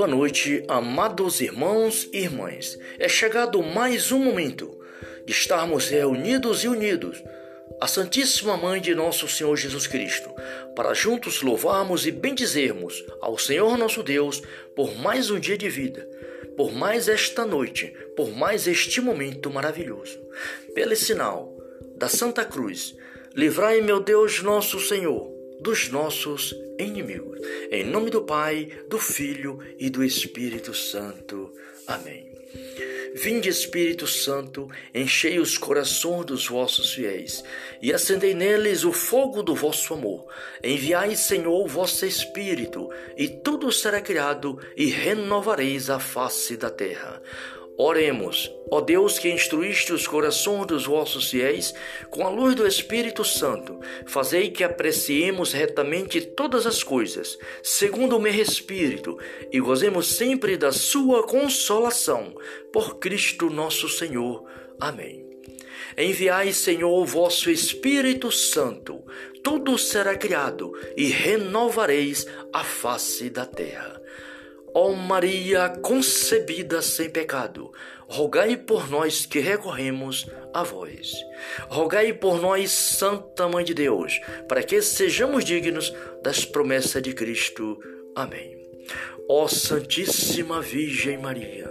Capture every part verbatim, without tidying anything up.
Boa noite, amados irmãos e irmãs. É chegado mais um momento de estarmos reunidos e unidos à Santíssima Mãe de nosso Senhor Jesus Cristo, para juntos louvarmos e bendizermos ao Senhor nosso Deus por mais um dia de vida, por mais esta noite, por mais este momento maravilhoso. Pelo sinal da Santa Cruz, livrai, meu Deus nosso Senhor, dos nossos inimigos. Em nome do Pai, do Filho e do Espírito Santo. Amém. Vinde, Espírito Santo, enchei os corações dos vossos fiéis e acendei neles o fogo do vosso amor. Enviai, Senhor, o vosso Espírito, e tudo será criado, e renovareis a face da terra. Oremos. Ó Deus, que instruíste os corações dos vossos fiéis com a luz do Espírito Santo, fazei que apreciemos retamente todas as coisas, segundo o meu Espírito, e gozemos sempre da sua consolação. Por Cristo nosso Senhor. Amém. Enviai, Senhor, o vosso Espírito Santo, tudo será criado, e renovareis a face da terra. Ó Maria concebida sem pecado, rogai por nós que recorremos a vós. Rogai por nós, Santa Mãe de Deus, para que sejamos dignos das promessas de Cristo. Amém. Ó Santíssima Virgem Maria,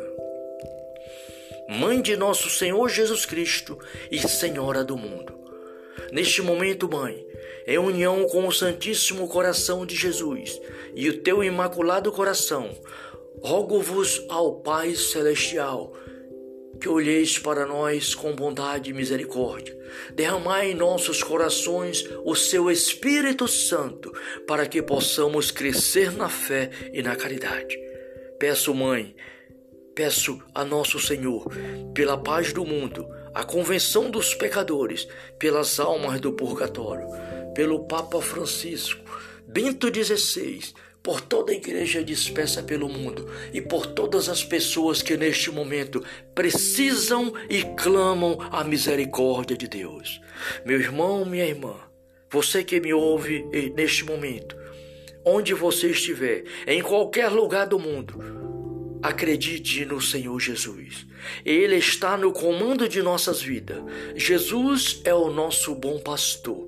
Mãe de nosso Senhor Jesus Cristo e Senhora do mundo, neste momento, Mãe, em união com o Santíssimo Coração de Jesus e o teu Imaculado Coração, rogo-vos ao Pai Celestial, que olheis para nós com bondade e misericórdia. Derramai em nossos corações o seu Espírito Santo, para que possamos crescer na fé e na caridade. Peço, Mãe, peço a nosso Senhor, pela paz do mundo, a convenção dos pecadores, pelas almas do purgatório, pelo Papa Francisco, Bento dezesseis, por toda a igreja dispersa pelo mundo e por todas as pessoas que neste momento precisam e clamam a misericórdia de Deus. Meu irmão, minha irmã, você que me ouve neste momento, onde você estiver, em qualquer lugar do mundo, acredite no Senhor Jesus. Ele está no comando de nossas vidas. Jesus é o nosso bom pastor.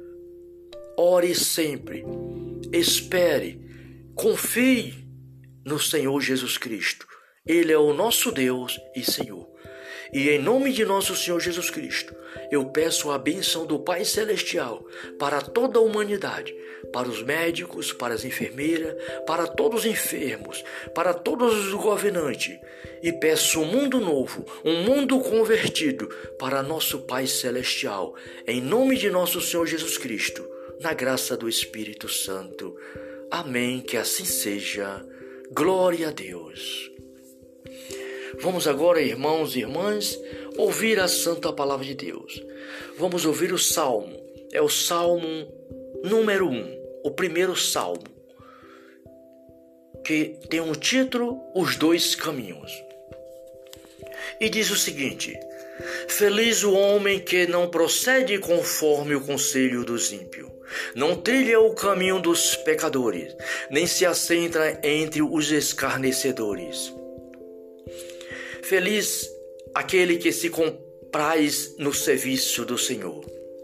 Ore sempre, espere, confie no Senhor Jesus Cristo. Ele é o nosso Deus e Senhor. E em nome de nosso Senhor Jesus Cristo, eu peço a bênção do Pai Celestial para toda a humanidade, para os médicos, para as enfermeiras, para todos os enfermos, para todos os governantes. E peço um mundo novo, um mundo convertido para nosso Pai Celestial. Em nome de nosso Senhor Jesus Cristo, na graça do Espírito Santo. Amém, que assim seja. Glória a Deus. Vamos agora, irmãos e irmãs, ouvir a santa palavra de Deus. Vamos ouvir o Salmo. É o Salmo número um, o primeiro Salmo, que tem um título, Os Dois Caminhos. E diz o seguinte: Feliz o homem que não procede conforme o conselho dos ímpios, não trilha o caminho dos pecadores, nem se assenta entre os escarnecedores. Feliz aquele que se compraz no serviço do Senhor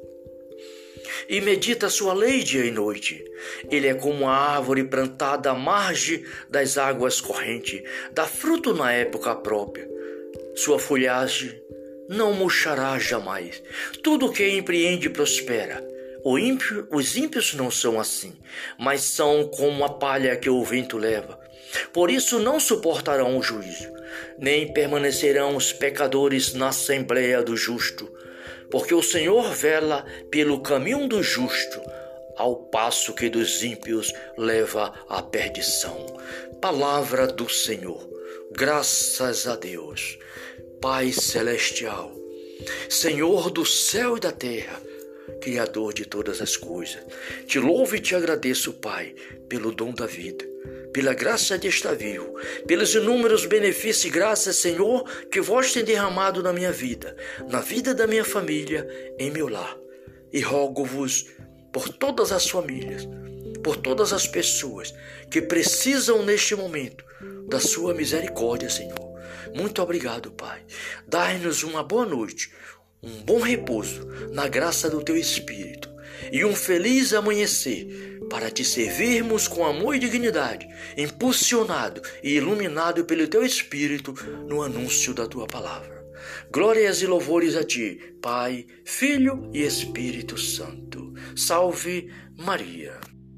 e medita sua lei dia e noite. Ele é como uma árvore plantada à margem das águas correntes, dá fruto na época própria. Sua folhagem não murchará jamais. Tudo que empreende prospera. O ímpio, os ímpios não são assim, mas são como a palha que o vento leva. Por isso não suportarão o juízo, nem permanecerão os pecadores na assembleia do justo. Porque o Senhor vela pelo caminho do justo, ao passo que dos ímpios leva à perdição. Palavra do Senhor. Graças a Deus. Pai Celestial, Senhor do céu e da terra, Criador de todas as coisas, te louvo e te agradeço, Pai, pelo dom da vida, pela graça de estar vivo, pelos inúmeros benefícios e graças, Senhor, que vós tem derramado na minha vida, na vida da minha família, em meu lar. E rogo-vos por todas as famílias, por todas as pessoas que precisam neste momento da sua misericórdia, Senhor. Muito obrigado, Pai. Dai-nos uma boa noite, um bom repouso na graça do Teu Espírito e um feliz amanhecer para Te servirmos com amor e dignidade, impulsionado e iluminado pelo Teu Espírito no anúncio da Tua palavra. Glórias e louvores a Ti, Pai, Filho e Espírito Santo. Salve Maria.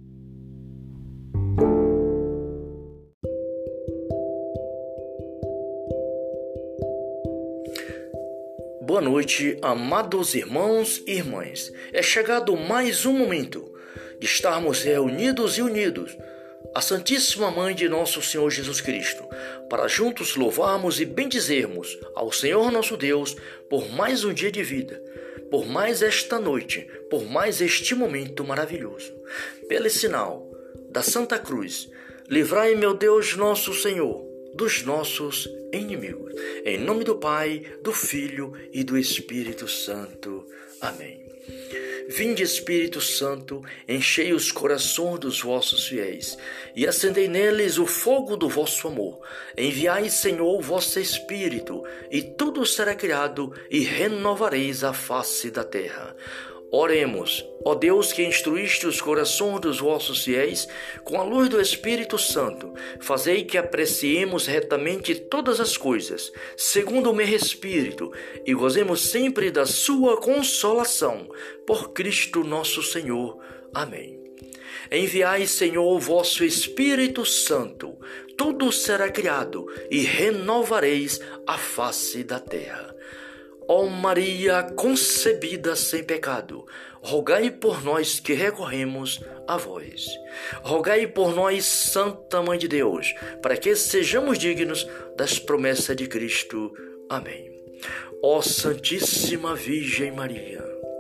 Boa noite, amados irmãos e irmãs. É chegado mais um momento de estarmos reunidos e unidos à Santíssima Mãe de nosso Senhor Jesus Cristo, para juntos louvarmos e bendizermos ao Senhor nosso Deus por mais um dia de vida, por mais esta noite, por mais este momento maravilhoso. Pelo sinal da Santa Cruz, livrai, meu Deus nosso Senhor, dos nossos inimigos. Em nome do Pai, do Filho e do Espírito Santo. Amém. Vinde, Espírito Santo, enchei os corações dos vossos fiéis e acendei neles o fogo do vosso amor. Enviai, Senhor, o vosso Espírito, e tudo será criado, e renovareis a face da terra. Oremos, ó Deus, que instruíste os corações dos vossos fiéis com a luz do Espírito Santo, fazei que apreciemos retamente todas as coisas, segundo o mesmo Espírito, e gozemos sempre da sua consolação, por Cristo nosso Senhor. Amém. Enviai, Senhor, o vosso Espírito Santo, tudo será criado, e renovareis a face da terra. Ó Maria concebida sem pecado, rogai por nós que recorremos a vós. Rogai por nós, Santa Mãe de Deus, para que sejamos dignos das promessas de Cristo. Amém. Ó Santíssima Virgem Maria,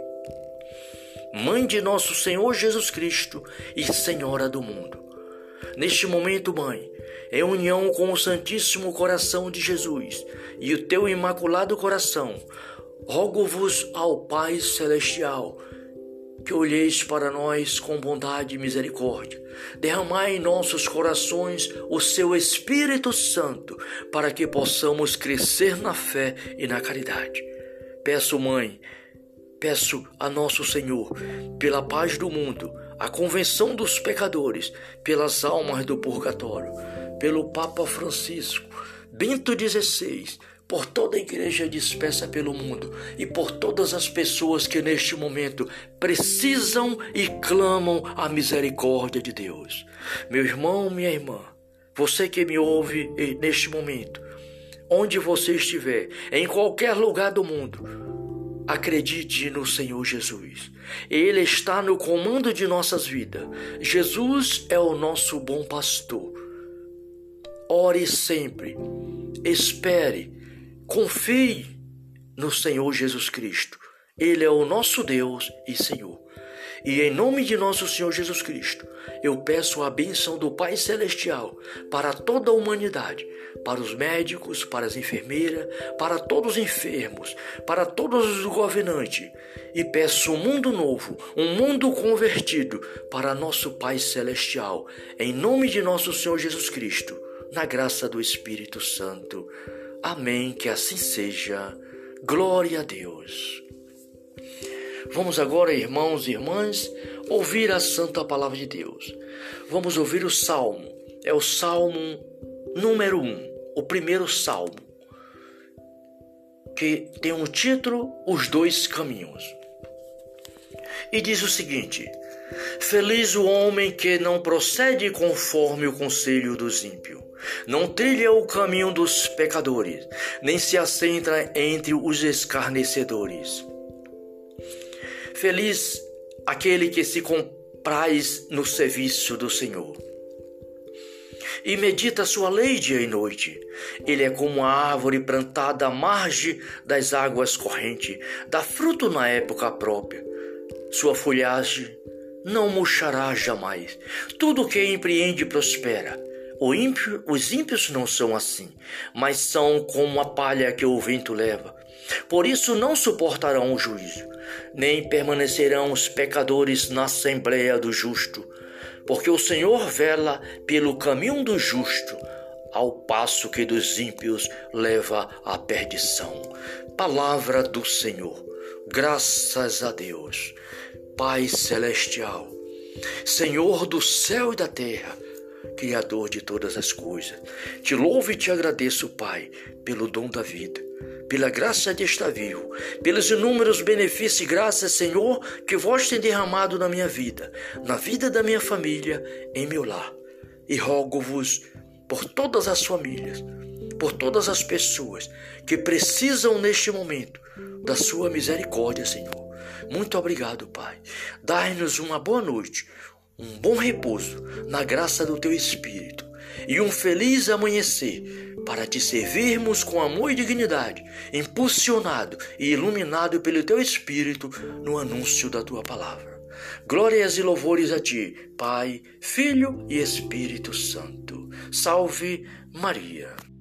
Mãe de nosso Senhor Jesus Cristo e Senhora do mundo, neste momento, Mãe, em união com o Santíssimo Coração de Jesus e o Teu Imaculado Coração, rogo-vos ao Pai Celestial, que olheis para nós com bondade e misericórdia. Derramai em nossos corações o Seu Espírito Santo, para que possamos crescer na fé e na caridade. Peço, Mãe, peço a nosso Senhor, pela paz do mundo, a convenção dos pecadores, pelas almas do purgatório, pelo Papa Francisco, Bento dezesseis, por toda a igreja dispersa pelo mundo e por todas as pessoas que neste momento precisam e clamam a misericórdia de Deus. Meu irmão, minha irmã, você que me ouve neste momento, onde você estiver, em qualquer lugar do mundo, acredite no Senhor Jesus. Ele está no comando de nossas vidas. Jesus é o nosso bom pastor. Ore sempre, espere, confie no Senhor Jesus Cristo. Ele é o nosso Deus e Senhor. E em nome de nosso Senhor Jesus Cristo, eu peço a bênção do Pai Celestial para toda a humanidade, para os médicos, para as enfermeiras, para todos os enfermos, para todos os governantes. E peço um mundo novo, um mundo convertido para nosso Pai Celestial. Em nome de nosso Senhor Jesus Cristo, na graça do Espírito Santo. Amém, que assim seja. Glória a Deus. Vamos agora, irmãos e irmãs, ouvir a santa palavra de Deus. Vamos ouvir o Salmo. É o Salmo número um, o primeiro Salmo, que tem um título, Os Dois Caminhos. E diz o seguinte: Feliz o homem que não procede conforme o conselho dos ímpios, não trilha o caminho dos pecadores, nem se assenta entre os escarnecedores. Feliz aquele que se compraz no serviço do Senhor e medita sua lei dia e noite. Ele é como a árvore plantada à margem das águas correntes, dá fruto na época própria. Sua folhagem não murchará jamais. Tudo o que empreende prospera. O ímpio, os ímpios não são assim, mas são como a palha que o vento leva. Por isso não suportarão o juízo, nem permanecerão os pecadores na assembleia do justo. porque o Senhor vela pelo caminho do justo, ao passo que dos ímpios leva à perdição. Palavra do Senhor. Graças a Deus. Pai celestial, Senhor do céu e da terra, Criador de todas as coisas, te louvo e te agradeço, Pai, pelo dom da vida, pela graça de estar vivo, pelos inúmeros benefícios e graças, Senhor, que vós tem derramado na minha vida, na vida da minha família, em meu lar. E rogo-vos por todas as famílias, por todas as pessoas que precisam neste momento da sua misericórdia, Senhor. Muito obrigado, Pai. Dai-nos uma boa noite, um bom repouso na graça do Teu Espírito e um feliz amanhecer para Te servirmos com amor e dignidade, impulsionado e iluminado pelo Teu Espírito no anúncio da Tua Palavra. Glórias e louvores a Ti, Pai, Filho e Espírito Santo. Salve Maria.